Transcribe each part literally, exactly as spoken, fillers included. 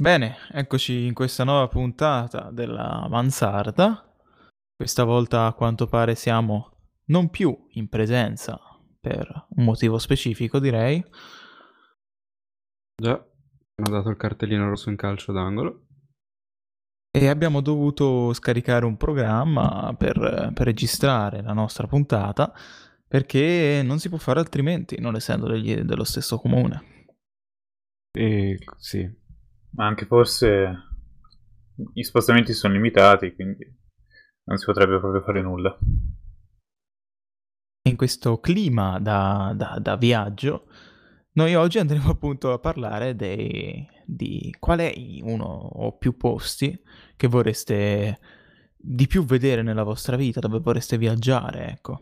Bene, eccoci in questa nuova puntata della Mansarda. Questa volta a quanto pare siamo non più in presenza per un motivo specifico, direi. Già, hanno dato il cartellino rosso in calcio d'angolo. E abbiamo dovuto scaricare un programma per, per registrare la nostra puntata perché non si può fare altrimenti, non essendo degli- dello stesso comune. E sì, Ma anche forse gli spostamenti sono limitati, quindi non si potrebbe proprio fare nulla. In questo clima da, da- da viaggio, noi oggi andremo appunto a parlare dei- di qual è uno o più posti che vorreste di più vedere nella vostra vita, dove vorreste viaggiare, ecco.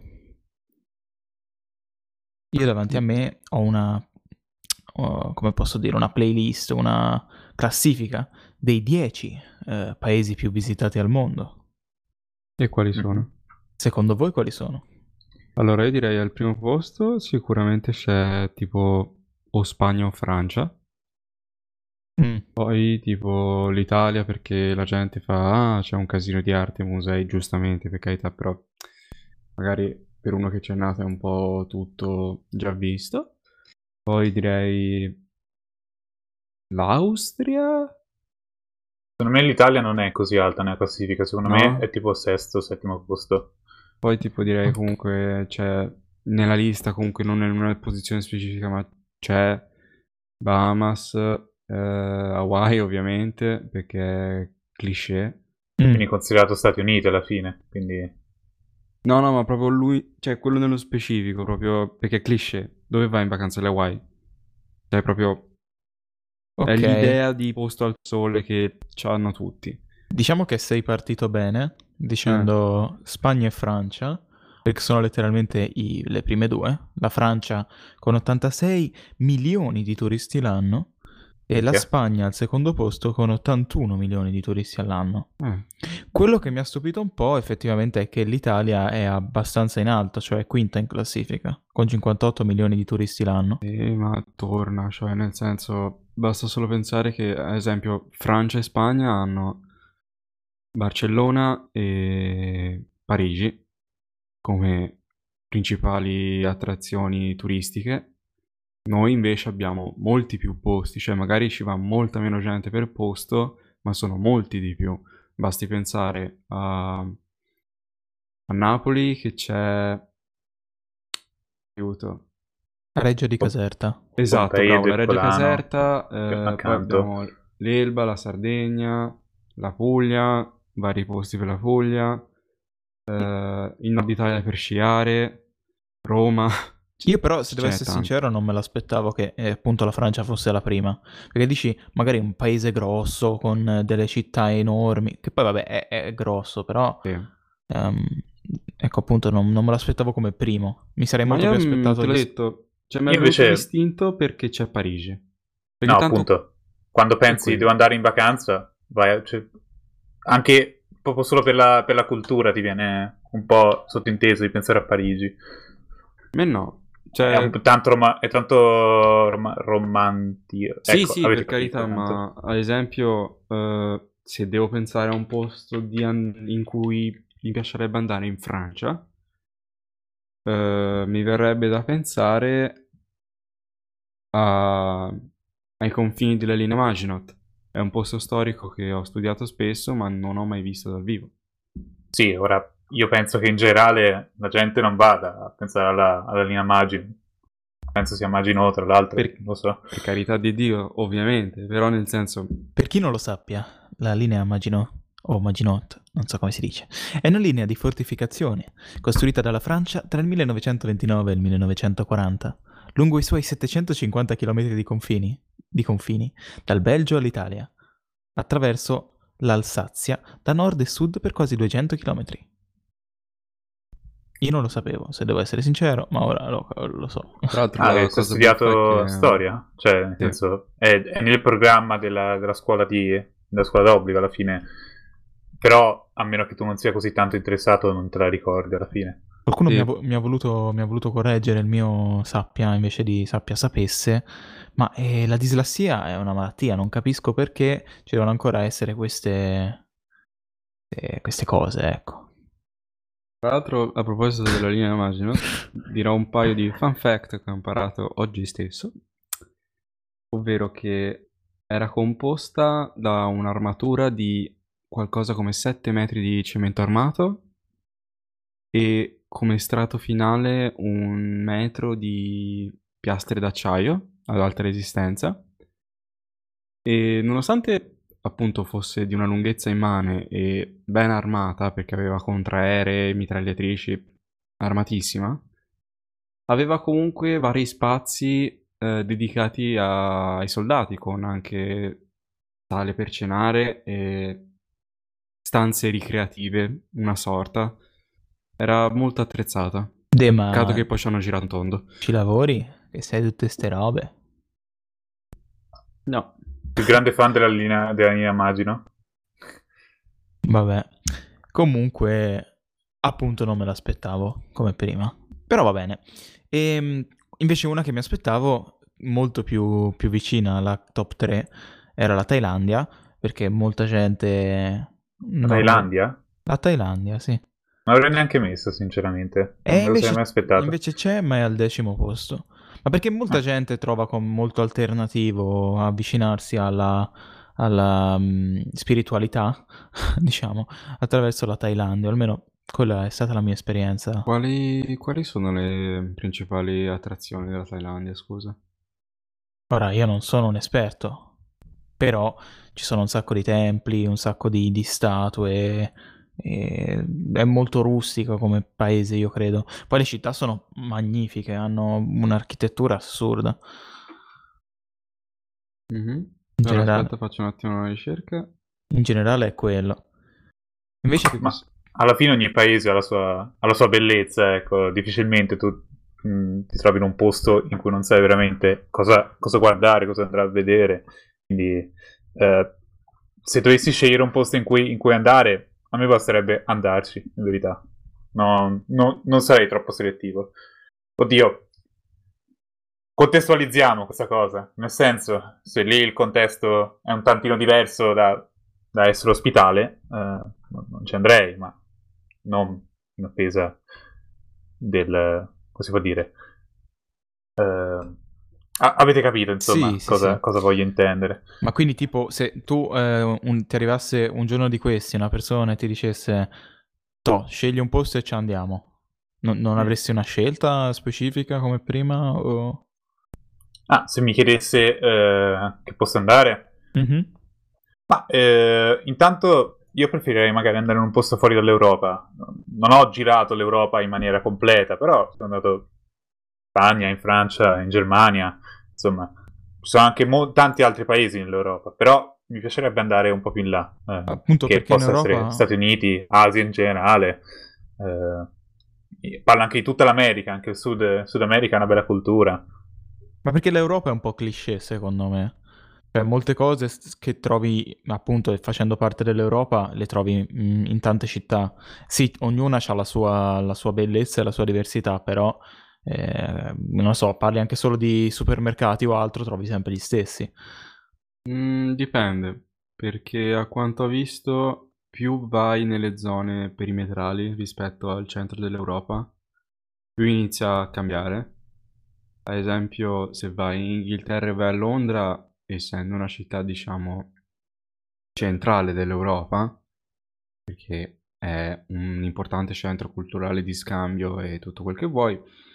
Io davanti a me ho una, ho, come posso dire, una playlist, una classifica dei dieci eh, paesi più visitati al mondo. e quali Mhm. sono? Secondo voi quali sono? Allora, io direi al primo posto sicuramente c'è tipo o Spagna o Francia. Mm. Poi tipo l'Italia perché la gente fa, ah, c'è un casino di arte e musei, giustamente, per carità, però magari per uno che c'è nato è un po' tutto già visto. Poi direi l'Austria? Secondo me l'Italia non è così alta nella classifica, secondo me No? è tipo sesto, settimo posto. Poi tipo direi Ok. comunque c'è nella lista, comunque non in una posizione specifica, ma c'è Bahamas, eh, Hawaii ovviamente, perché è cliché. Mm. Quindi considerato Stati Uniti alla fine, quindi No, no, ma proprio lui, cioè quello nello specifico, proprio perché è cliché. Dove vai in vacanza alle Hawaii? Cioè proprio è Ok. l'idea di posto al sole che hanno tutti. Diciamo che sei partito bene Eh, dicendo Spagna e Francia, perché sono letteralmente i- le prime due. La Francia con ottantasei milioni di turisti l'anno e la minchia. Spagna al secondo posto con ottantuno milioni di turisti all'anno. eh. Quello che mi ha stupito un po' effettivamente è che l'Italia è abbastanza in alto, cioè quinta in classifica, con cinquantotto milioni di turisti l'anno. Sì, ma torna, cioè nel senso, basta solo pensare che, ad esempio, Francia e Spagna hanno Barcellona e Parigi come principali attrazioni turistiche. Noi invece abbiamo molti più posti, cioè magari ci va molta meno gente per posto, ma sono molti di più. Basti pensare a, a Napoli che c'è... Aiuto. Reggio di Pom- Caserta. Esatto, Pompei bravo, ed la Reggio Ercolano Caserta, eh, poi accanto. abbiamo l'Elba, la Sardegna, la Puglia, vari posti per la Puglia, eh, il nord Italia per sciare, Roma, Io però, se devo ce n'è essere tanti. sincero, non me l'aspettavo che eh, appunto la Francia fosse la prima. Perché dici, magari un paese grosso, con eh, delle città enormi, che poi vabbè è, è grosso, però Sì. ehm, ecco appunto non, non me l'aspettavo come primo. Mi sarei Ma molto io più mm, aspettato te l'ho gli... sp- detto, cioè mi è Io venuto invece, l'istinto perché c'è Parigi. Perché no, tanto appunto, quando è pensi devo quello. andare in vacanza, vai, cioè, anche proprio solo per la, per la cultura ti viene un po' sottinteso di pensare a Parigi. Me no. È, Cioè, un, tanto, roma- è tanto rom- romantico. sì, Ecco, sì, avete per capito, carità, tanto. ma ad esempio, eh, se devo pensare a un posto di an- in cui mi piacerebbe andare in Francia, eh, mi verrebbe da pensare a- ai confini della linea Maginot. È un posto storico che ho studiato spesso, ma non ho mai visto dal vivo. Sì, ora io penso che in generale la gente non vada a pensare alla, alla linea Magino. Penso sia Maginot, tra l'altro, Per, non lo so. per carità di Dio, ovviamente, però nel senso, Per chi non lo sappia, la linea Maginot, o Maginot, non so come si dice, è una linea di fortificazione costruita dalla Francia tra il millenovecentoventinove e il millenovecentoquaranta, lungo i suoi settecentocinquanta chilometri di confini, di confini, dal Belgio all'Italia, attraverso l'Alsazia da nord e sud per quasi duecento chilometri. Io non lo sapevo, se devo essere sincero, ma ora lo, lo so. tra l'altro Ah, la avete cosa buffa è studiato che... storia? Cioè, nel Sì. senso, è, è nel programma della, della scuola di, della scuola d'obbligo alla fine. Però, a meno che tu non sia così tanto interessato, non te la ricordi alla fine. Qualcuno mi ha, Sì. vo- mi ha voluto, mi ha voluto correggere il mio sappia invece di sappia sapesse, Ma eh, la dislassia è una malattia, non capisco perché ci devono ancora essere queste, eh, queste cose, ecco. Tra l'altro, a proposito della linea Maginot, dirò un paio di fun fact che ho imparato oggi stesso, ovvero che era composta da un'armatura di qualcosa come sette metri di cemento armato e come strato finale un metro di piastre d'acciaio ad alta resistenza. E nonostante appunto fosse di una lunghezza immane e ben armata, perché aveva contraeree, mitragliatrici, armatissima, aveva comunque vari spazi eh, dedicati a- ai soldati, con anche sale per cenare e stanze ricreative, una sorta. Era molto attrezzata. De, Peccato ma che poi ci hanno girato un tondo. ci lavori? Che sai tutte ste robe? No. Più grande fan della linea, della linea Magino. Vabbè. Comunque, appunto non me l'aspettavo come prima. Però va bene. E invece una che mi aspettavo molto più, più vicina alla top tre era la Thailandia, perché molta gente... La non- Thailandia? La Thailandia, sì. Non l'avrei neanche messo, sinceramente. E Non me lo sarei mai invece, aspettato. invece c'è, ma è al decimo posto. Ma perché molta Ah. gente trova come molto alternativo avvicinarsi alla, alla mm, spiritualità, diciamo, attraverso la Thailandia. Almeno quella è stata la mia esperienza. Quali, quali sono le principali attrazioni della Thailandia, scusa? Ora, io non sono un esperto, però ci sono un sacco di templi, un sacco di, di statue, e è molto rustico come paese, io credo. Poi le città sono magnifiche, hanno un'architettura assurda. Mhm. In Allora, generale, aspetta, faccio un attimo una ricerca. in generale è quello. Invece, Sì, Ma sì. alla fine ogni paese ha la sua, ha la sua bellezza, ecco. Difficilmente tu mh, ti trovi in un posto in cui non sai veramente cosa, cosa guardare, cosa andare a vedere. Quindi, eh, se dovessi scegliere un posto in cui, in cui andare, a me basterebbe andarci, in verità. No, no- non sarei troppo selettivo. Oddio, contestualizziamo questa cosa, nel senso, se lì il contesto è un tantino diverso da, da essere ospitale, eh, non, non ci andrei, ma non in attesa del, come si può dire, eh, a- avete capito, sì, insomma, sì, cosa, sì. cosa voglio intendere. Ma quindi tipo, se tu eh, un- ti arrivasse un giorno di questi una persona e ti dicesse, toh, scegli un posto e ci andiamo, non, non Mm. avresti una scelta specifica come prima? O... Ah, se mi chiedesse eh, che posso andare, Mhm. ma eh, intanto io preferirei magari andare in un posto fuori dall'Europa. Non ho girato l'Europa in maniera completa, però sono andato in Spagna, in Francia, in Germania, insomma, ci sono anche mo- tanti altri paesi nell'Europa, però mi piacerebbe andare un po' più in là, eh, Appunto che perché in possa essere Europa... Stati Uniti, Asia in generale. Eh, parlo anche di tutta l'America, anche il Sud, Sud America ha una bella cultura. Ma perché l'Europa è un po' cliché, secondo me. Cioè, molte cose s- che trovi, appunto, facendo parte dell'Europa, le trovi mm, in tante città. Sì, ognuna ha la sua, la sua bellezza e la sua diversità, però, eh, non so, parli anche solo di supermercati o altro, trovi sempre gli stessi. Mm, dipende, perché a quanto ho visto, più vai nelle zone perimetrali rispetto al centro dell'Europa, più inizia a cambiare. Ad esempio, se vai in Inghilterra e vai a Londra, essendo una città, diciamo, centrale dell'Europa, perché è un importante centro culturale di scambio e tutto quel che vuoi,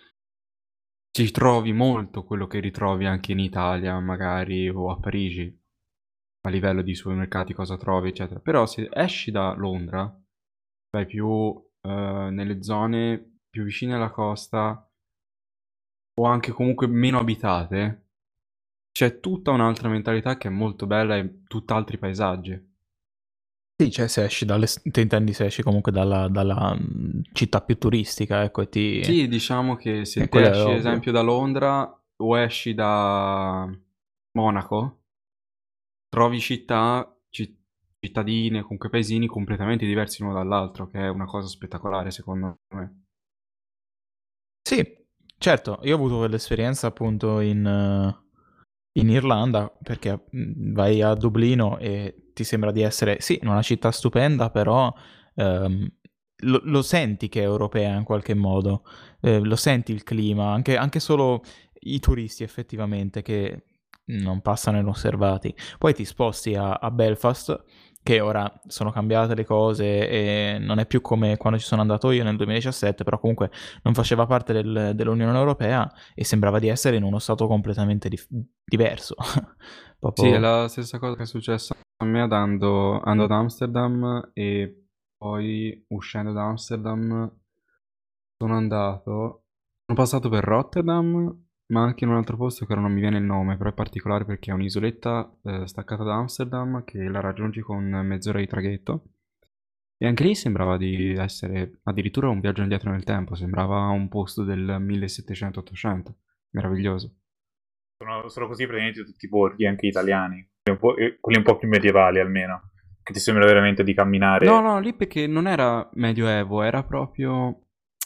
ci trovi molto quello che ritrovi anche in Italia, magari, o a Parigi, a livello di supermercati, cosa trovi, eccetera. Però se esci da Londra, vai più eh, nelle zone più vicine alla costa o anche comunque meno abitate, c'è tutta un'altra mentalità che è molto bella e tutt'altri paesaggi. Sì, cioè se esci dalle... te intendi se esci comunque dalla, dalla mm, città più turistica, ecco, e ti... Sì, diciamo che E se te quello è esci, ad ovvio. esempio, da Londra o esci da Monaco, trovi città, ci- cittadine, comunque paesini completamente diversi l'uno dall'altro, che è una cosa spettacolare secondo me. Sì, certo, io ho avuto quell'esperienza appunto in, eh, in Irlanda, perché mh, vai a Dublino e ti sembra di essere, sì, in una città stupenda, però ehm, lo, lo senti che è europea in qualche modo, eh, lo senti il clima, anche, anche solo i turisti effettivamente che non passano inosservati. Poi ti sposti a, a Belfast, che ora sono cambiate le cose e non è più come quando ci sono andato io nel duemiladiciassette, però comunque non faceva parte del- dell'Unione Europea e sembrava di essere in uno stato completamente dif- diverso. Sì, è Proprio... la stessa cosa che è successa a me andando, andando ad Amsterdam e poi uscendo da Amsterdam sono andato, sono passato per Rotterdam, ma anche in un altro posto che ora non mi viene il nome, però è particolare perché è un'isoletta eh, staccata da Amsterdam che la raggiungi con mezz'ora di traghetto. E anche lì sembrava di essere addirittura un viaggio indietro nel tempo, sembrava un posto del millesettecento ottocento, meraviglioso. Sono, sono così praticamente tutti i borghi, anche italiani, un po'- eh, quelli un po' più medievali almeno, che ti sembra veramente di No, camminare. no, lì perché non era medioevo, era proprio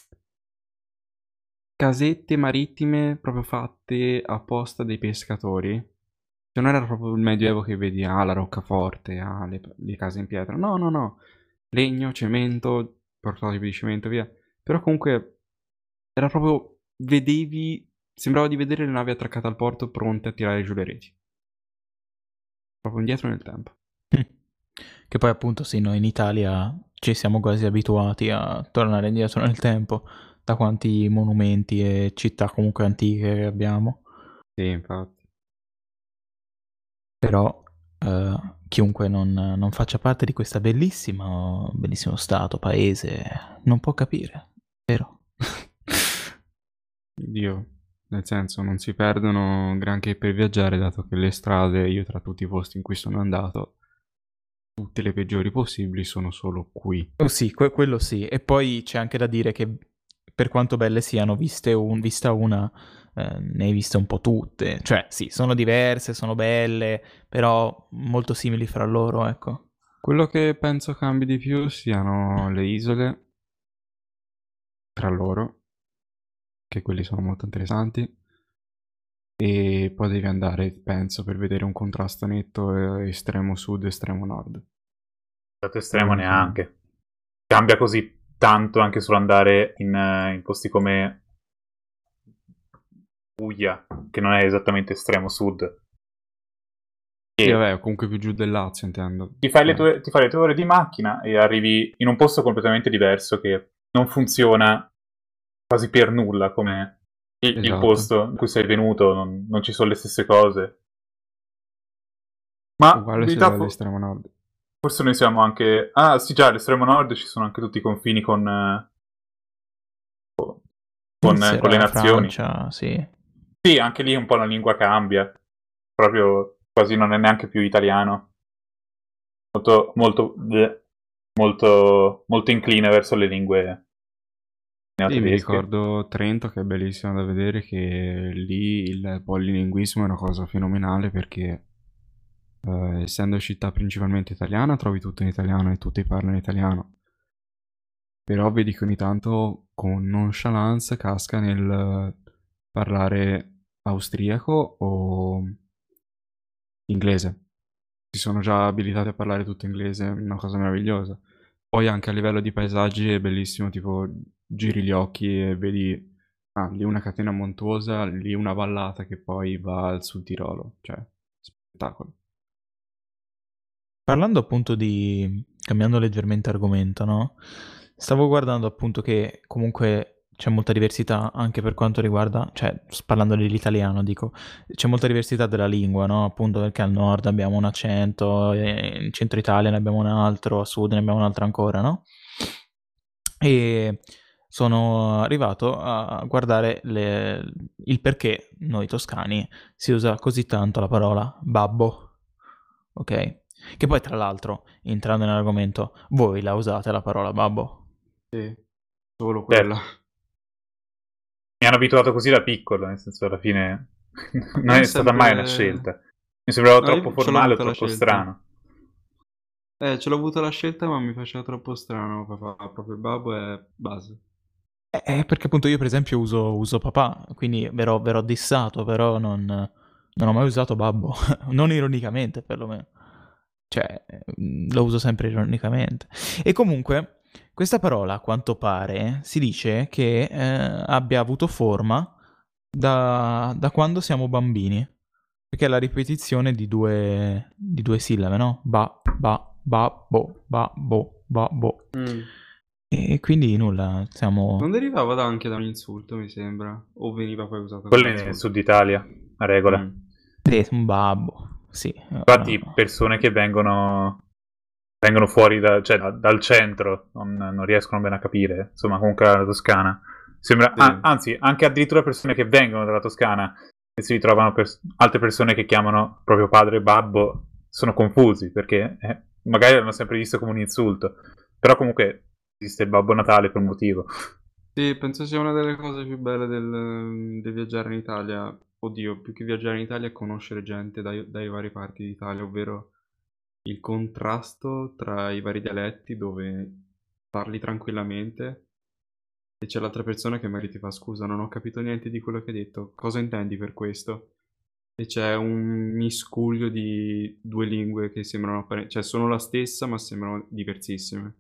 casette marittime proprio fatte apposta dai pescatori. Cioè non era proprio il medioevo che vedi, ah, la roccaforte, ah, le, le case in pietra. No, no, no. Legno, cemento, prototipi di cemento, via. Però comunque era proprio, vedevi, sembrava di vedere le navi attraccate al porto pronte a tirare giù le reti. Proprio indietro nel tempo. Che poi appunto sì, noi in Italia ci siamo quasi abituati a tornare indietro nel tempo da quanti monumenti e città comunque antiche che abbiamo. Sì, infatti. Però eh, chiunque non, non faccia parte di questo bellissimo, bellissimo stato, paese, non può capire, vero? Dio, nel senso, non si perdono granché per viaggiare, dato che le strade, io tra tutti i posti in cui sono andato, tutte le peggiori possibili sono solo qui. Oh sì, que- quello sì. E poi c'è anche da dire che per quanto belle siano, viste un- vista una, eh, ne hai viste un po' tutte. Cioè, sì, sono diverse, sono belle, però molto simili fra loro, ecco. Quello che penso cambi di più siano le isole tra loro, che quelli sono molto interessanti, e poi devi andare, penso, per vedere un contrasto netto eh, estremo sud, estremo nord. Stato Quello estremo mi fa... neanche. Cambia così tanto anche solo andare in, eh, in posti come Puglia, che non è esattamente estremo sud. Sì, E vabbè, comunque più giù del Lazio, intendo. ti fai le Cioè, tue, ti fai le tue ore di macchina e arrivi in un posto completamente diverso che non funziona quasi per nulla come il, il esatto. posto in cui sei venuto, non, non ci sono le stesse cose. Ma in Uguale se verità vai fo- all'estremo nord. forse noi siamo anche... Ah sì già, all'estremo nord ci sono anche tutti i confini con, eh, con, con le Svizzera, nazioni. Francia, sì. Sì, anche lì un po' la lingua cambia, proprio quasi non è neanche più italiano, molto, molto, bleh, molto, molto incline verso le lingue Sì, mi neotedesche. ricordo Trento che è bellissimo da vedere, che lì il polilinguismo è una cosa fenomenale perché eh, essendo città principalmente italiana trovi tutto in italiano e tutti parlano italiano, però vedi che ogni tanto con nonchalance casca nel parlare austriaco o inglese. Si sono già abilitati a parlare tutto inglese, è una cosa meravigliosa. Poi anche a livello di paesaggi è bellissimo, tipo giri gli occhi e vedi, ah, lì una catena montuosa, lì una vallata che poi va sul Tirolo, cioè, spettacolo. Parlando appunto di... cambiando leggermente argomento, no? Stavo guardando appunto che comunque c'è molta diversità anche per quanto riguarda, cioè s- parlando dell'italiano dico, c'è molta diversità della lingua, no? Appunto perché al nord abbiamo un accento, e in centro Italia ne abbiamo un altro, a sud ne abbiamo un altro ancora, no? E sono arrivato a guardare le- il perché noi toscani si usa così tanto la parola babbo, ok? Che poi tra l'altro, entrando nell'argomento, voi la usate la parola babbo? Sì, solo quella. Certo, mi hanno abituato così da piccolo, nel senso alla fine non Io è stata mai una sempre... scelta. Mi sembrava No, troppo io ce l'ho formale o avuta la troppo scelta. strano. Eh, ce l'ho avuta la scelta, ma mi faceva troppo strano, papà. Proprio il babbo è base. Eh, eh, perché appunto io per esempio uso, uso papà, quindi verrò, verrò dissato, però non... Non ho mai usato babbo, non ironicamente perlomeno. Cioè, mm, lo uso sempre ironicamente. E comunque, questa parola, a quanto pare, si dice che eh, abbia avuto forma da, da quando siamo bambini. Perché è la ripetizione di due, di due sillabe, no? Ba, ba, ba, bo, ba, bo, ba, bo. Mm. E quindi nulla, siamo... Non derivava da- anche da un insulto, mi sembra. O veniva poi usato Quello come è nel insulto. sud Italia, a regola. Mm. Sì, un babbo, sì. Infatti, uh, persone che vengono, vengono fuori da- cioè, da- dal centro non, non riescono bene a capire, insomma, comunque la Toscana. Sembra, Sì. an- anzi, anche addirittura persone che vengono dalla Toscana e si ritrovano pers- altre persone che chiamano proprio padre babbo, sono confusi perché eh, magari l'hanno sempre visto come un insulto, però comunque esiste il Babbo Natale per un motivo. Sì, penso sia una delle cose più belle del, del viaggiare in Italia. Oddio, più che viaggiare in Italia è conoscere gente dai, dai vari parti d'Italia, ovvero il contrasto tra i vari dialetti dove parli tranquillamente e c'è l'altra persona che magari ti fa scusa, non ho capito niente di quello che hai detto, cosa intendi per questo? E c'è un miscuglio di due lingue che sembrano appare- cioè sono la stessa ma sembrano diversissime.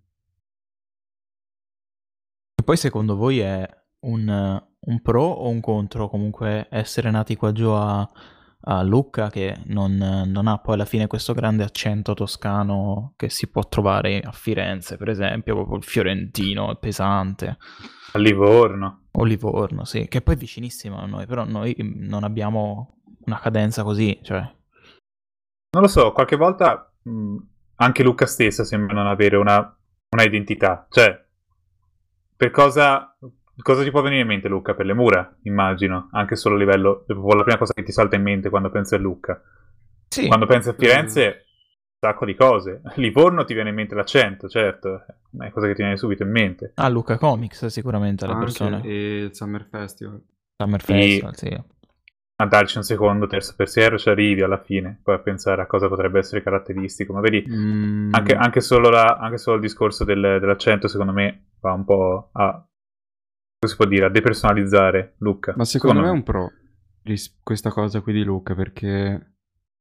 E poi secondo voi è un, un pro o un contro comunque essere nati qua giù a, a Lucca che non, non ha poi alla fine questo grande accento toscano che si può trovare a Firenze per esempio, proprio il fiorentino, il pesante, A Livorno. o Livorno, sì, che poi è vicinissimo a noi, però noi non abbiamo una cadenza così, cioè... Non lo so, qualche volta mh, anche Luca stessa sembra non avere una, una identità. Cioè, per cosa, cosa ti può venire in mente Luca? Per le mura, immagino. Anche solo a livello... è proprio la prima cosa che ti salta in mente quando pensi a Lucca. Sì, Quando pensi a Eh, Firenze, un sacco di cose. Livorno ti viene in mente l'accento, certo. È cosa che ti viene subito in mente. ah, Lucca Comics sicuramente alle anche persone. e il Summer Festival. Summer Sì, Festival, sì. a darci un secondo, terzo pensiero ci arrivi alla fine, poi a pensare a cosa potrebbe essere caratteristico. Ma vedi, Mm, anche, anche solo, la- anche solo il discorso del- dell'accento, secondo me, va un po' a, come si può dire, a depersonalizzare Lucca. ma secondo me è me. un pro ris- questa cosa qui di Luca perché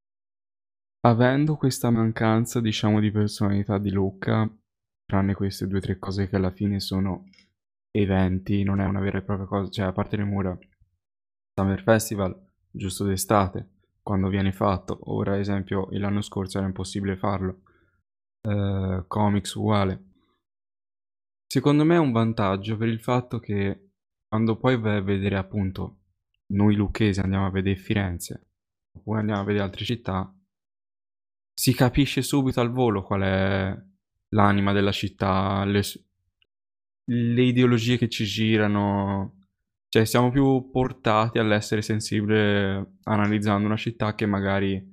avendo questa mancanza, diciamo, di personalità di Luca, tranne queste due o tre cose che alla fine sono eventi, non è una vera e propria cosa, cioè a parte le mura, Summer Festival, giusto d'estate, quando viene fatto, ora ad esempio l'anno scorso era impossibile farlo, eh, comics uguale. Secondo me è un vantaggio per il fatto che quando poi vai a vedere appunto noi lucchesi andiamo a vedere Firenze, oppure andiamo a vedere altre città, si capisce subito al volo qual è l'anima della città, le, s- le ideologie che ci girano. Cioè, siamo più portati all'essere sensibile analizzando una città che magari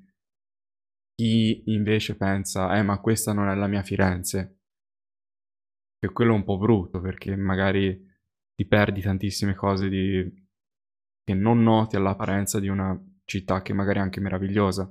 chi invece pensa, eh, ma questa non è la mia Firenze. E quello è un po' brutto perché magari ti perdi tantissime cose di- che non noti all'apparenza di una città che magari è anche meravigliosa.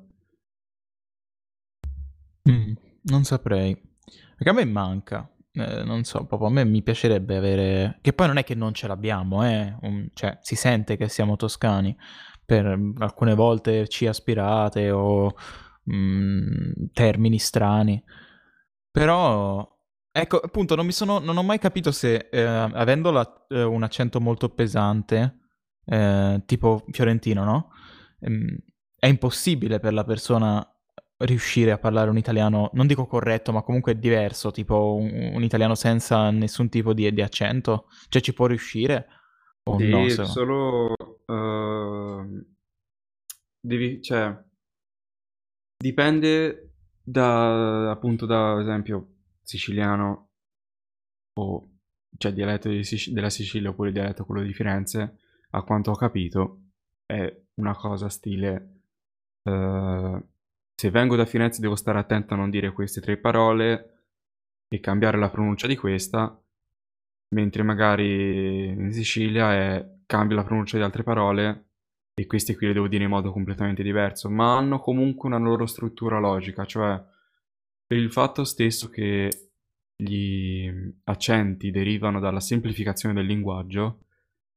Mm, non saprei. Perché a me manca. Eh, non so, proprio a me mi piacerebbe avere... Che poi non è che non ce l'abbiamo, eh. un- Cioè, si sente che siamo toscani. Per mm, alcune volte ci aspirate o mm, termini strani. Però... Ecco, appunto, non mi sono... Non ho mai capito se, eh, avendo la- eh, un accento molto pesante, eh, tipo fiorentino, no? Ehm, è impossibile per la persona riuscire a parlare un italiano, non dico corretto, ma comunque diverso, tipo un, un italiano senza nessun tipo di, di accento? Cioè ci può riuscire o no? Sì, Se... solo ehm, devi, cioè, dipende da, appunto, da esempio siciliano o cioè dialetto di Sic- della Sicilia oppure dialetto quello di Firenze, a quanto ho capito, è una cosa stile eh, se vengo da Firenze devo stare attento a non dire queste tre parole e cambiare la pronuncia di questa, mentre magari in Sicilia è cambio la pronuncia di altre parole e queste qui le devo dire in modo completamente diverso, ma hanno comunque una loro struttura logica, cioè per il fatto stesso che gli accenti derivano dalla semplificazione del linguaggio,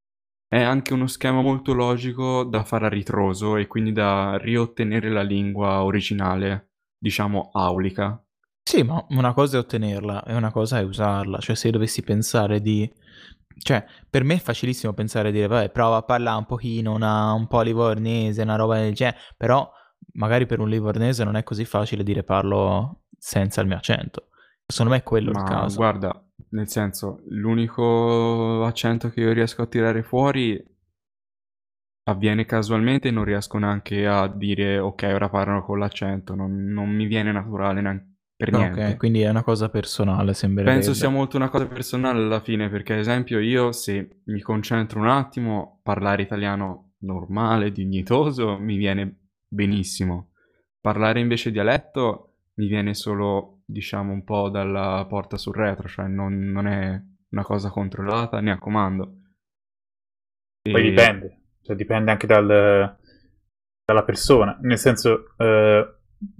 è anche uno schema molto logico da fare a ritroso e quindi da riottenere la lingua originale, diciamo aulica. Sì, ma una cosa è ottenerla e una cosa è usarla. Cioè, se io dovessi pensare di... Cioè, per me è facilissimo pensare di dire, vabbè, prova a parlare un pochino, una, un po' livornese, una roba del genere, però magari per un livornese non è così facile dire parlo senza il mio accento. Secondo me è quello il Ma caso. guarda, nel senso, l'unico accento che io riesco a tirare fuori avviene casualmente e non riesco neanche a dire ok, ora parlano con l'accento, non, non mi viene naturale neanche per niente. Ok, quindi è una cosa personale, sembrerebbe. Penso sia molto una cosa personale alla fine, perché ad esempio io se mi concentro un attimo, parlare italiano normale, dignitoso, mi viene benissimo. Parlare invece dialetto mi viene solo, diciamo, un po' dalla porta sul retro, cioè non, non è una cosa controllata né a comando. Poi E dipende, cioè dipende anche dal, dalla persona, nel senso, eh,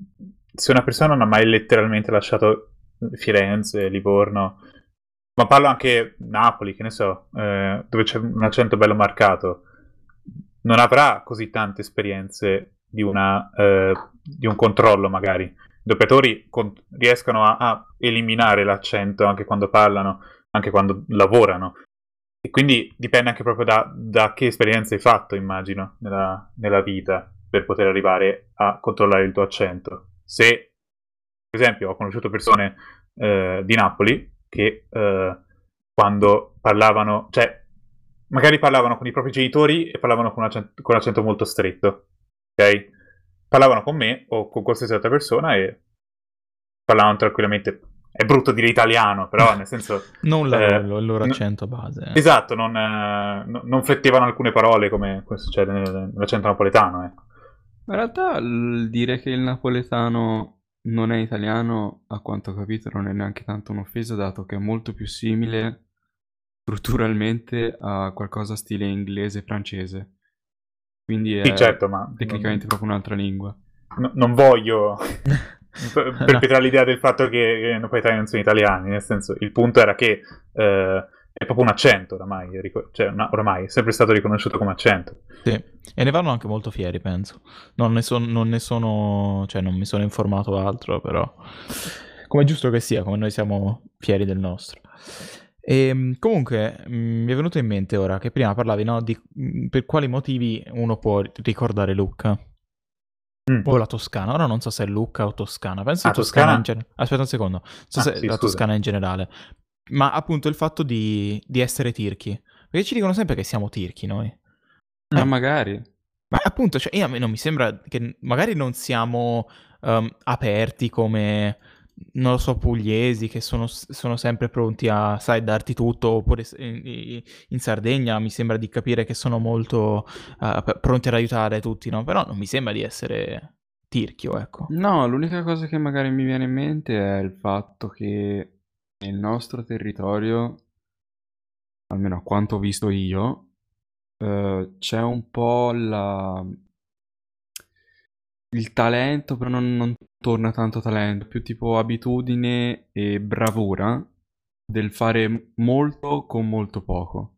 se una persona non ha mai letteralmente lasciato Firenze, Livorno, ma parlo anche Napoli, che ne so, eh, dove c'è un accento bello marcato, non avrà così tante esperienze di, una, eh, di un controllo magari. I doppiatori con- riescono a, a eliminare l'accento anche quando parlano, anche quando lavorano. E quindi dipende anche proprio da, da che esperienza hai fatto, immagino, nella, nella vita, per poter arrivare a controllare il tuo accento. Se, per esempio, ho conosciuto persone eh, di Napoli che eh, quando parlavano, cioè, magari parlavano con i propri genitori e parlavano con un accento, con un accento molto stretto, ok? Parlavano con me o con qualsiasi altra persona e parlavano tranquillamente. È brutto dire italiano, però nel senso... Non la eh, loro, il loro n- accento base. Esatto, non, eh, no- non flettevano alcune parole come, come succede nel- nell'accento napoletano, ecco. in realtà il dire che il napoletano non è italiano, a quanto ho capito, non è neanche tanto un'offesa, dato che è molto più simile strutturalmente a qualcosa stile inglese e francese. Quindi Sì, è certo, ma tecnicamente non, proprio un'altra lingua. no- non voglio per- No. perpetrare l'idea del fatto che che i napoletani non sono italiani, nel senso, il punto era che eh, è proprio un accento oramai, rico- cioè una- oramai è sempre stato riconosciuto come accento. Sì, e ne vanno anche molto fieri, penso. Non ne, son- non ne sono, cioè non mi sono informato altro, però come è giusto che sia, come noi siamo fieri del nostro. E comunque mh, mi è venuto in mente ora che prima parlavi, no, di mh, per quali motivi uno può ricordare Lucca Mm. o la Toscana. Ora non so se è Lucca o Toscana, penso Ah, Toscana in Toscana? generale. Aspetta un secondo, non so Ah, se sì, la scusa. Toscana in generale, ma appunto il fatto di, di essere tirchi. Perché ci dicono sempre che siamo tirchi noi. Ma Eh. magari. Ma appunto, cioè, io, a me non mi sembra che magari non siamo ehm, aperti come, non lo so, pugliesi che sono, sono sempre pronti a, sai, darti tutto, oppure s- in, in Sardegna mi sembra di capire che sono molto eh, p- pronti ad aiutare tutti, no? Però non mi sembra di essere tirchio, ecco. No, l'unica cosa che magari mi viene in mente è il fatto che nel nostro territorio, almeno a quanto ho visto io, eh, c'è un po' la... il talento, però non, non torna tanto talento, più tipo abitudine e bravura del fare molto con molto poco.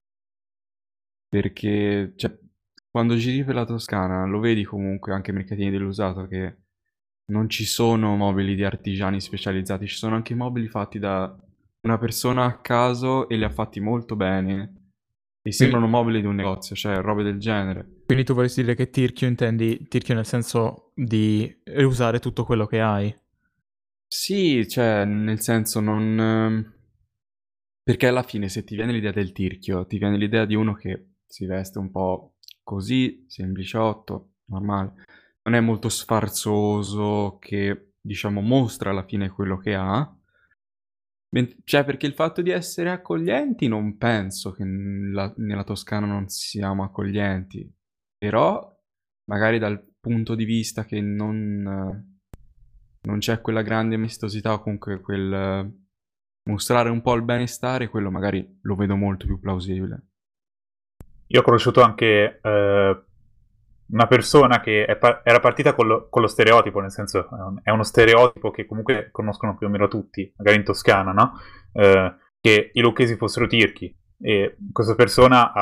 Perché, cioè, quando giri per la Toscana lo vedi comunque anche ai mercatini dell'usato che non ci sono mobili di artigiani specializzati, ci sono anche mobili fatti da una persona a caso e li ha fatti molto bene. E Quindi, sembrano mobili di un negozio, cioè robe del genere. quindi tu vorresti dire che tirchio intendi tirchio nel senso di usare tutto quello che hai? Sì, cioè, nel senso non... ehm, perché alla fine se ti viene l'idea del tirchio, ti viene l'idea di uno che si veste un po' così, sempliciotto, normale. Non è molto sfarzoso, che diciamo mostra alla fine quello che ha. Men- Cioè, perché il fatto di essere accoglienti non penso che nella, nella Toscana non siamo accoglienti. Però, magari dal punto di vista che non, eh, non c'è quella grande maestosità o comunque quel eh, mostrare un po' il benestare, quello magari lo vedo molto più plausibile. Io ho conosciuto anche eh, una persona che è pa- era partita con lo, con lo stereotipo, nel senso è un- è uno stereotipo che comunque conoscono più o meno tutti, magari in Toscana, no? Eh, che i lucchesi fossero tirchi. E questa persona ha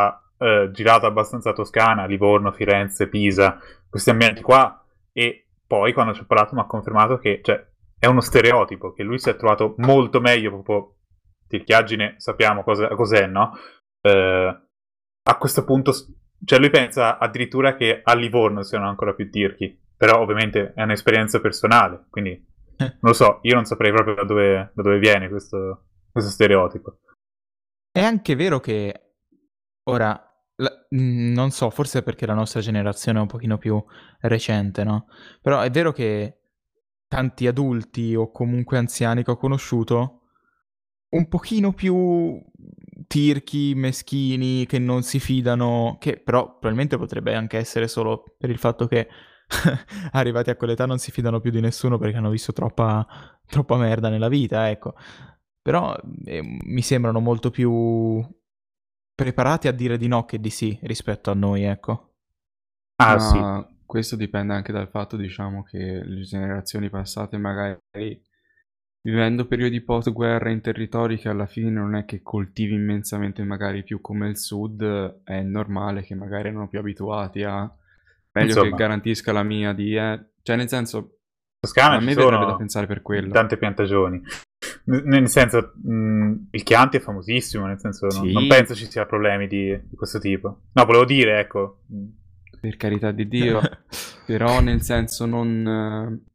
eh, girato abbastanza a Toscana, Livorno, Firenze, Pisa, questi ambienti qua, e poi quando ci ho parlato mi ha confermato che, cioè, è uno stereotipo, che lui si è trovato molto meglio, proprio tirchiaggine, sappiamo cosa, cos'è, no? Eh, a questo punto, cioè lui pensa addirittura che a Livorno siano ancora più tirchi, però ovviamente è un'esperienza personale, quindi non lo so, io non saprei proprio da dove, da dove viene questo, questo stereotipo. È anche vero che ora, la- mh, non so, forse è perché la nostra generazione è un pochino più recente, no? Però è vero che tanti adulti o comunque anziani che ho conosciuto, un pochino più tirchi, meschini, che non si fidano, che però probabilmente potrebbe anche essere solo per il fatto che arrivati a quell'età non si fidano più di nessuno perché hanno visto troppa, troppa merda nella vita, ecco. Però eh, mi sembrano molto più preparati a dire di no che di sì rispetto a noi, ecco. Ah sì, Ma questo dipende anche dal fatto, diciamo, che le generazioni passate magari vivendo periodi post-guerra in territori che alla fine non è che coltivi immensamente magari più come il sud, è normale che magari erano più abituati a meglio che insomma, garantisca la mia di... eh. Cioè nel senso, in Toscana a ci me verrebbe da sono pensare per quello. tante piantagioni. N- Nel senso, mh, il Chianti è famosissimo, nel senso, non, non Sì, penso ci sia problemi di, di questo tipo. No, volevo dire, ecco, mh, per carità di Dio, però nel senso non... eh,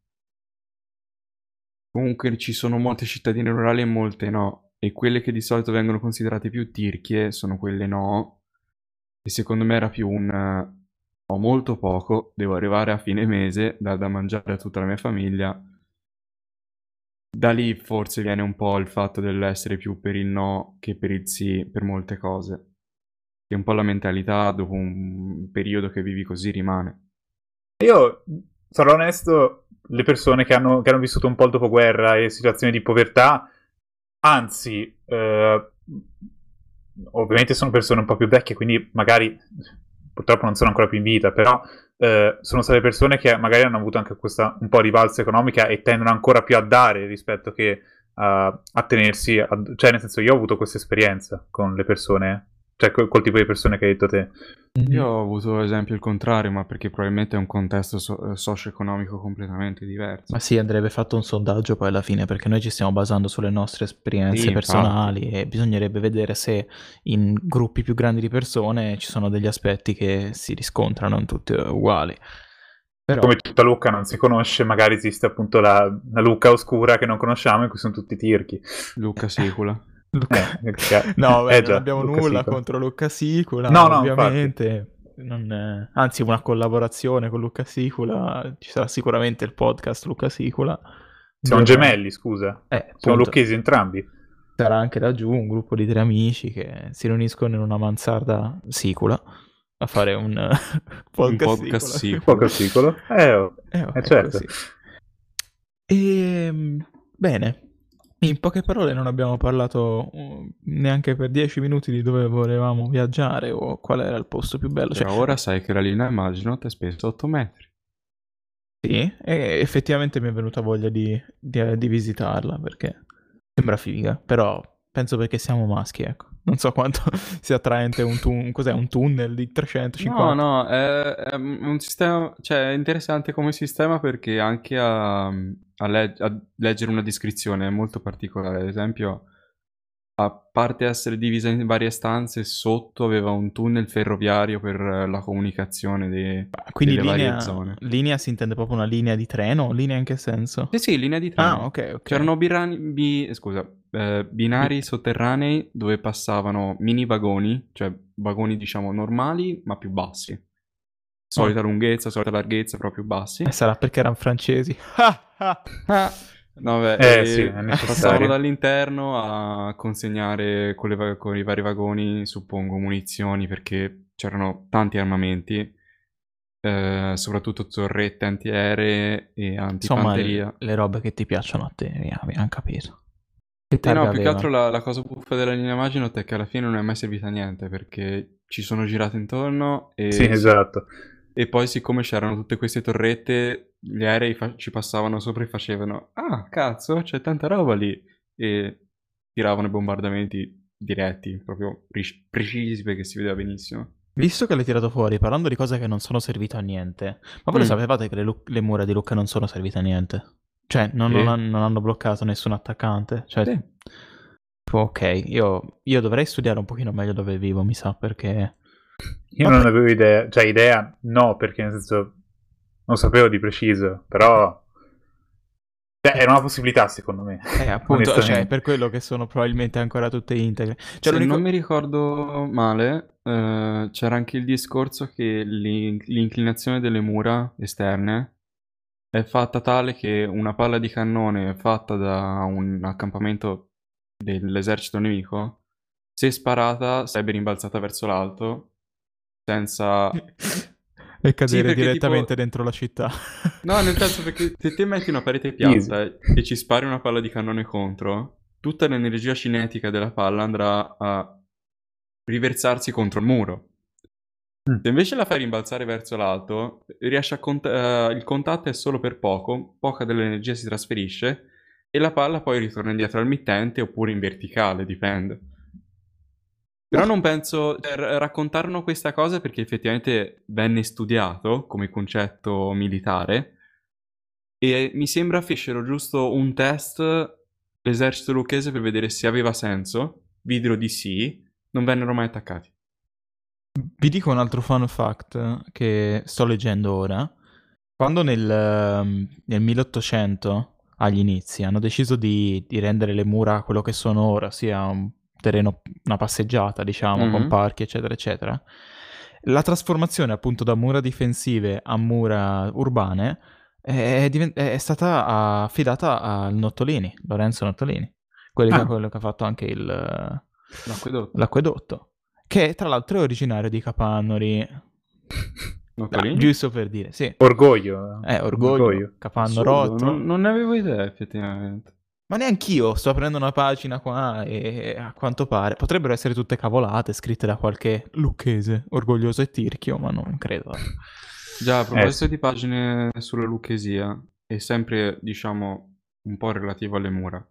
Comunque ci sono molte cittadine rurali e molte no, e quelle che di solito vengono considerate più tirchie sono quelle no, e secondo me era più un eh, ho molto poco, devo arrivare a fine mese, da, da mangiare a tutta la mia famiglia. Da lì forse viene un po' il fatto dell'essere più per il no che per il sì per molte cose. Che un po' la mentalità dopo un periodo che vivi così rimane. io sarò onesto, le persone che hanno, che hanno vissuto un po' il dopoguerra e situazioni di povertà, anzi, eh, ovviamente sono persone un po' più vecchie, quindi magari purtroppo non sono ancora più in vita, però eh, sono state persone che magari hanno avuto anche questa un po' rivalsa economica e tendono ancora più a dare rispetto che a, a tenersi, a, cioè nel senso io ho avuto questa esperienza con le persone, cioè col, col tipo di persone che hai detto te. Io ho avuto ad esempio il contrario, ma perché probabilmente è un contesto so- socio-economico completamente diverso. Ma sì, andrebbe fatto un sondaggio poi alla fine, perché noi ci stiamo basando sulle nostre esperienze Sì, personali infatti. e bisognerebbe vedere se in gruppi più grandi di persone ci sono degli aspetti che si riscontrano in tutti uguali. Però, Come tutta Lucca non si conosce, magari esiste appunto la, la Lucca oscura che non conosciamo, in cui sono tutti tirchi. Luca Sicula. Luca... Eh, che- No, beh, eh non già, abbiamo Lucca nulla Sicula. contro Luca Sicula, No, no, infatti. ovviamente. Non è- Anzi, una collaborazione con Luca Sicula. Ci sarà sicuramente il podcast Luca Sicula. Siamo Dove... gemelli, scusa. Eh, Siamo appunto, lucchesi entrambi. sarà anche laggiù un gruppo di tre amici che si riuniscono in una mansarda sicula a fare un Un podcast podcast sicula. sicula. Poco sicolo. Eh, oh, Eh, oh, eh, è certo. così. E bene, in poche parole non abbiamo parlato uh, neanche per dieci minuti di dove volevamo viaggiare o qual era il posto più bello. Cioè, Però ora sai che la linea Maginot è spesso otto metri. sì, e effettivamente mi è venuta voglia di, di- di visitarla perché sembra figa, però penso perché siamo maschi, ecco. Non so quanto sia attraente un, tu- cos'è, un tunnel di No, trecentocinquanta. no, è, è un sistema, cioè è interessante come sistema perché anche a, a leg- a leggere una descrizione è molto particolare. Ad esempio, a parte essere divisa in varie stanze, sotto aveva un tunnel ferroviario per la comunicazione de- Quindi delle varie linea, zone. linea si intende proprio una linea di treno? Linea in che senso? Sì, sì, linea di Ah, treno. ok, ok. C'erano birani- bi- scusa, eh, binari sotterranei dove passavano mini vagoni, cioè vagoni diciamo normali ma più bassi. Oh, Solita lunghezza, solita larghezza, però più bassi. eh, sarà perché erano francesi. Ah, ah. Ah, no, beh, Eh sì, è e passavano necessario. dall'interno a consegnare con, le va- con i vari vagoni, suppongo, munizioni perché c'erano tanti armamenti, eh, soprattutto torrette antiaeree e Insomma, le, antifanteria. le robe che ti piacciono a te, via, abbiamo capito. Che E no, targa più che altro avevano? la, la cosa buffa della linea Maginot è che alla fine non è mai servita a niente perché ci sono girato intorno Sì, e, si- esatto. e poi siccome c'erano tutte queste torrette, gli aerei fa- ci passavano sopra e facevano ah, cazzo, c'è tanta roba lì e tiravano i bombardamenti diretti, proprio pre- precisi perché si vedeva benissimo. Visto che l'hai tirato fuori parlando di cose che non sono servite a niente, ma voi lo Mm, sapevate che le, lu- le mura di Lucca non sono servite a niente? Cioè, non, non sì, han- non hanno bloccato nessun attaccante? Cioè, sì. tipo, ok, io, io dovrei studiare un pochino meglio dove vivo, mi sa, perché... Io Ma non per- avevo idea, cioè idea no, perché nel senso non sapevo di preciso, però cioè, eh, era una possibilità secondo me, eh, appunto, cioè, onestamente. per quello che sono probabilmente ancora tutte integre. Cioè, Se non l'unico... mi ricordo male, eh, c'era anche il discorso che l'in- l'inclinazione delle mura esterne è fatta tale che una palla di cannone fatta da un accampamento dell'esercito nemico, se sparata, sarebbe rimbalzata verso l'alto, senza... e Sì, cadere perché direttamente tipo... dentro la città. No, nel senso perché se te metti una parete Easy. piatta e e ci spari una palla di cannone contro, tutta l'energia cinetica della palla andrà a riversarsi contro il muro. Mm. Se invece la fai rimbalzare verso l'alto, riesci a cont- eh, il contatto è solo per poco, poca dell'energia si trasferisce e la palla poi ritorna indietro al mittente oppure in verticale, dipende. Però Boh. non penso, cioè, r- raccontarono questa cosa perché effettivamente venne studiato come concetto militare e mi sembra fecero giusto un test l'esercito lucchese per vedere se aveva senso, videro di sì, non vennero mai attaccati. Vi dico un altro fun fact che sto leggendo ora. Quando nel, ehm, nel milleottocento, agli inizi, hanno deciso di, di rendere le mura quello che sono ora, ossia un terreno, una passeggiata, diciamo, con Mhm. parchi, eccetera, eccetera, la trasformazione appunto da mura difensive a mura urbane è, diven- è stata affidata al Nottolini, Lorenzo Nottolini, quello che, Ah, quello che ha fatto anche il, L'acquedotto. l'acquedotto, che tra l'altro è originario di Capannori. Ah, Nottolini? giusto per dire, sì. orgoglio, Eh, un orgoglio, orgoglio. Capanno Assurdo, non, rotto. non ne avevo idea effettivamente. Ma neanch'io, sto aprendo una pagina qua e a quanto pare potrebbero essere tutte cavolate scritte da qualche lucchese orgoglioso e tirchio, ma non credo. Già, a Eh proposito sì. di pagine sulla Lucchesia, e sempre, diciamo, un po' relativo alle mura,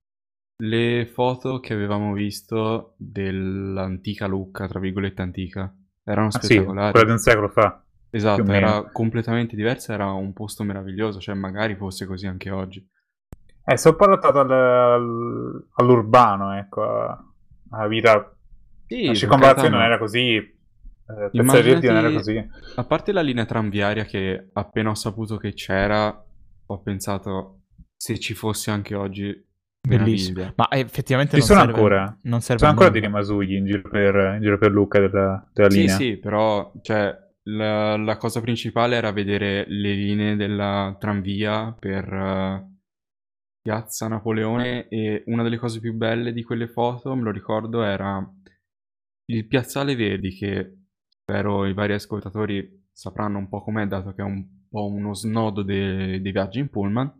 le foto che avevamo visto dell'antica Lucca, tra virgolette antica, erano Ah sì, quella spettacolari. di un secolo fa, più o Esatto, meno. era completamente diversa, era un posto meraviglioso, cioè magari fosse così anche oggi. Eh, sono un po' adattato al- al- all'urbano, ecco, a- alla vita. La Sì, per carità, circonvallazione non ma era così, eh, Piazzale Verdi non era immaginati, così. a parte la linea tranviaria che appena ho saputo che c'era, ho pensato se ci fosse anche oggi, Bellissimo. meraviglia. Ma effettivamente Ci non sono serve, ancora, ci non serve a sono ancora dei nulla. rimasugli in giro per, in giro per Lucca della, della Sì, linea. sì, però cioè, la, la cosa principale era vedere le linee della tranvia per eh, Piazza Napoleone e una delle cose più belle di quelle foto, me lo ricordo, era il Piazzale Verdi che spero i vari ascoltatori sapranno un po' com'è dato che è un po' uno snodo de- dei viaggi in pullman.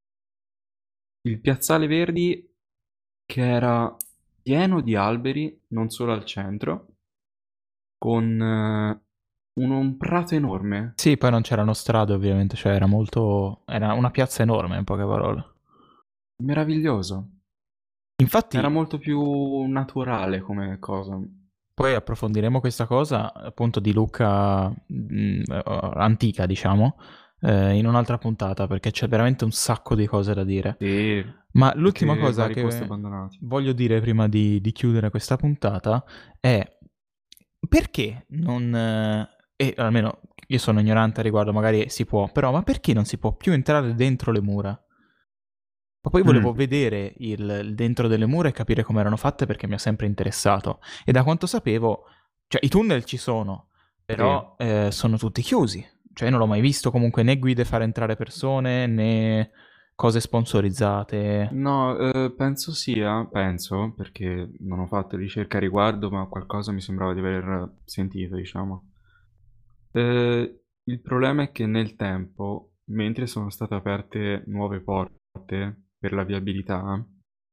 Il Piazzale Verdi che era pieno di alberi, non solo al centro, con eh, un, un prato enorme, Sì, poi non c'erano strade ovviamente, cioè era molto... era una piazza enorme in poche parole. meraviglioso. Era Infatti, molto più naturale come cosa. poi approfondiremo questa cosa, appunto, di Lucca mh, eh, antica, diciamo, eh, in un'altra puntata, perché c'è veramente un sacco di cose da dire. E Ma l'ultima anche cosa vari posti che abbandonati. voglio dire prima di, di chiudere questa puntata è perché non... eh, e almeno io sono ignorante a riguardo, magari si può, però ma perché non si può più entrare dentro le mura? Ma poi volevo Mm. vedere il, il dentro delle mura e capire come erano fatte perché mi ha sempre interessato. E da quanto sapevo, cioè i tunnel ci sono, Sì. però eh, sono tutti chiusi. Cioè io non l'ho mai visto comunque né guide fare entrare persone né cose sponsorizzate. No, eh, penso sia, penso, perché non ho fatto ricerca a riguardo, ma qualcosa mi sembrava di aver sentito, diciamo. Eh, il problema è che nel tempo, mentre sono state aperte nuove porte per la viabilità,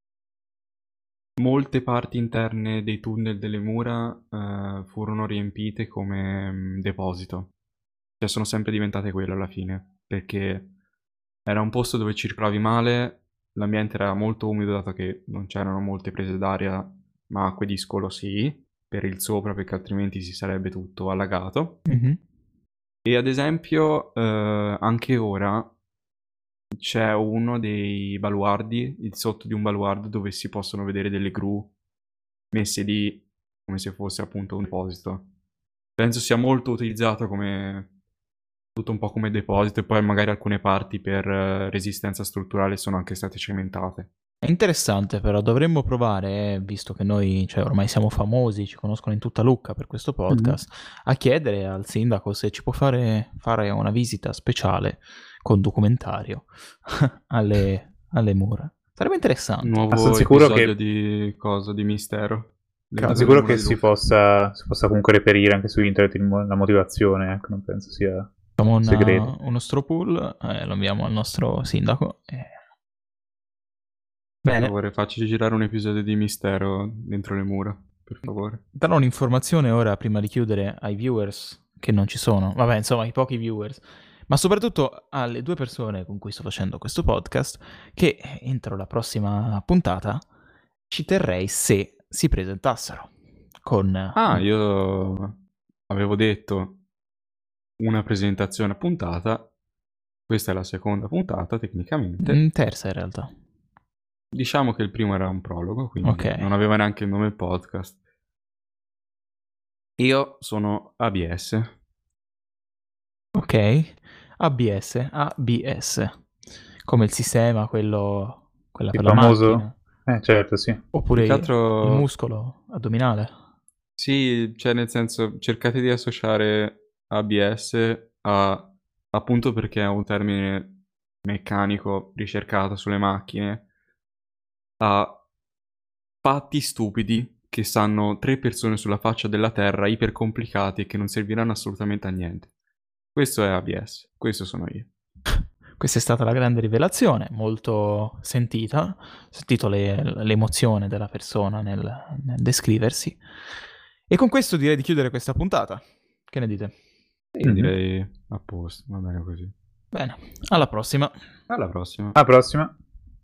molte parti interne dei tunnel delle mura eh, furono riempite come mm, deposito. Cioè sono sempre diventate quelle alla fine, perché era un posto dove circolavi male, l'ambiente era molto umido dato che non c'erano molte prese d'aria, ma acque di scolo sì. per il sopra, perché altrimenti si sarebbe tutto allagato. Mm-hmm. E ad esempio eh, anche ora c'è uno dei baluardi, il sotto di un baluardo, dove si possono vedere delle gru messe lì come se fosse appunto un deposito. Penso sia molto utilizzato come tutto un po' come deposito, e poi magari alcune parti per eh, resistenza strutturale sono anche state cementate. È interessante, però dovremmo provare, eh, visto che noi, cioè, ormai siamo famosi, ci conoscono in tutta Lucca per questo podcast, mm-hmm. a chiedere al sindaco se ci può fare, fare una visita speciale con documentario alle, alle mura. Sarebbe interessante. Un nuovo sono sicuro episodio che... di cosa, di mistero. Sono sicuro che si possa, si possa comunque reperire anche su internet la motivazione, ecco, non penso sia Facciamo un segreto. uno straw poll, eh, lo inviamo al nostro sindaco. E... Bene. Per favore, facci girare un episodio di mistero dentro le mura, per favore. Darò un'informazione ora, prima di chiudere, ai viewers che non ci sono. Vabbè, insomma, ai pochi viewers. Ma soprattutto alle due persone con cui sto facendo questo podcast, che entro la prossima puntata ci terrei se si presentassero. Con... Ah, io avevo detto una presentazione a puntata. Questa è la seconda puntata, tecnicamente. Mm, terza, in realtà. Diciamo che il primo era un prologo, quindi okay. non aveva neanche il nome podcast. Io sono A B S. Ok, A B S, A B S. Come il sistema, quello... quella il per famoso... la macchina. Eh, certo, sì. Oppure altro... il muscolo addominale. Sì, cioè nel senso, cercate di associare A B S a... appunto perché è un termine meccanico ricercato sulle macchine, a fatti stupidi che sanno tre persone sulla faccia della terra, ipercomplicati e che non serviranno assolutamente a niente. Questo è A B S, questo sono io. Questa è stata la grande rivelazione, molto sentita. Ho sentito le, l'emozione della persona nel, nel descriversi. E con questo direi di chiudere questa puntata. Che ne dite? Io direi a posto, va bene così. Bene, alla prossima. Alla prossima. Alla prossima.